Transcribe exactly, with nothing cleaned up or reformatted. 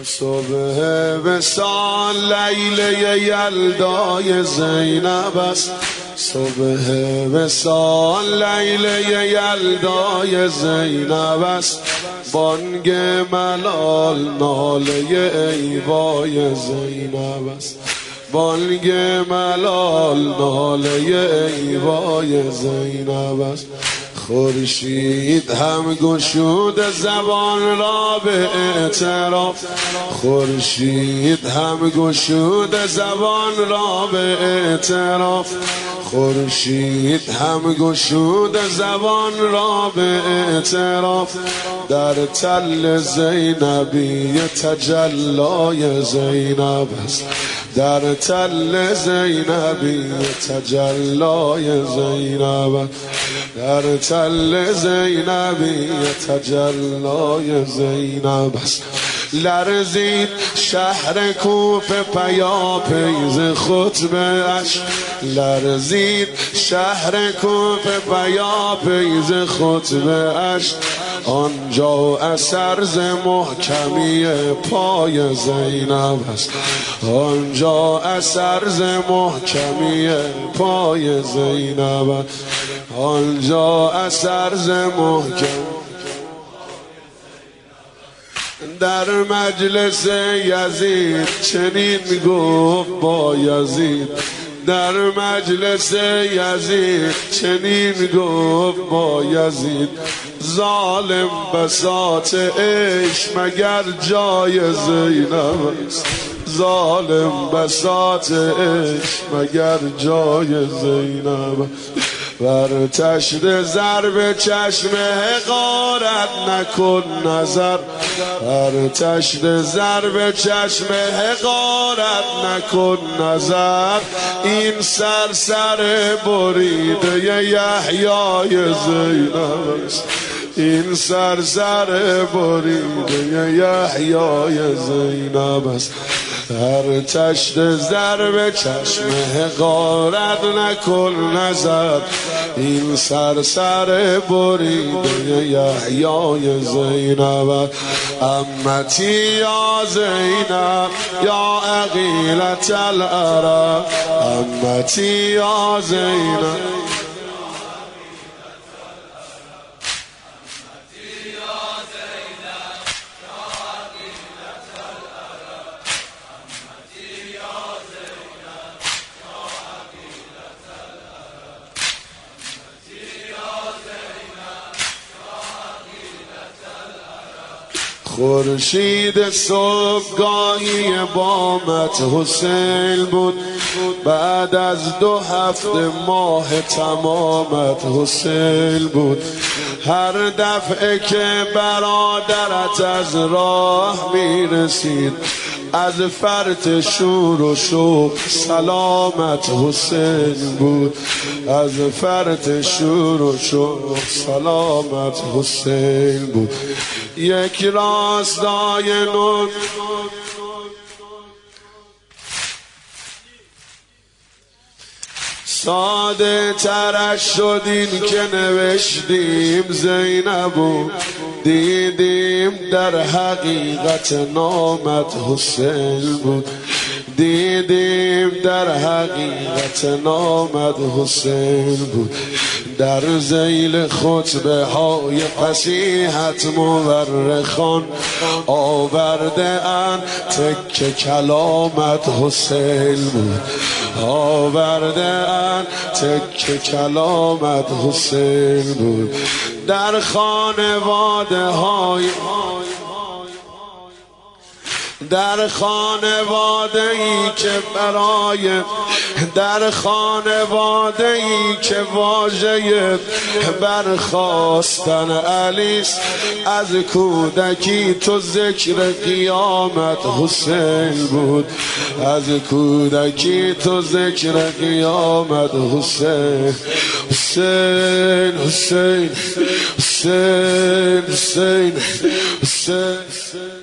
صبح وصال لیله یلدای زینب است، صبح وصال لیله یلدای زینب است، بانگ ملال ناله ایوای زینب است، بانگ ملال ناله ایوای زینب است. خورشید هم گشود زبان را به اعتراف، خورشید هم گشود زبان را به اعتراف، خورشید هم گشود زبان را به اعتراف، در تل زینبی تجلای زینب است، در تل زینبی تجلای زینب، در تل زینبی تجلای زینب است. لرزید شهر کوفه پیاپیز خطبه اش، لرزید شهر کوفه پیاپیز خطبه اش، آنجا اثر ز محکمی پای زینب است، آنجا اثر ز محکمی پای زینب است، آنجا اثر ز محکم. در مجلس یزید چنین گفت با یزید، در مجلس یزید چنین گفت با یزید، ظالم بساط عشق مگر جای زینب است، ظالم بساط عشق مگر جای زینب. بر تشت ضرب چشم حقارت نکن نظر، بر تشت ضرب چشم حقارت نکن نظر، این سر سر بریده یحیای زینب است، این سر سر بریده یحیای زینب است. در تشت ضرب چشم حقارت نکن نظر، این سر سر بریده یحیای زینب. امتی یا زینب یا عقیلة العرب، امتی یا زینب خورشید صبحگاهی بامت حسین بود، بعد از دو هفته ماه تمامت حسین بود. هر دفعه که برادرت از راه میرسید، از فرط شور و شوق سلامت حسین بود، از فرط شور و شوق سلامت حسین بود. یک راستای نور ساده ترش شدین که نوشتیم زینبو، دیدیم در حقیقت نامت حسین بود، دیدیم در حقیقت نامت حسین بود. در ذیل خطبه های فصیحت مورخان آورده اند تک کلامت حسین بود، آورده اند تک کلامت حسین بود. در خانواده های در خانواده ای که برای در خانواده ای که واژه برخاستن علیست، از کودکی تو ذکر قیامت حسین بود، از کودکی تو ذکر قیامت حسین. حسین حسین حسین حسین حسین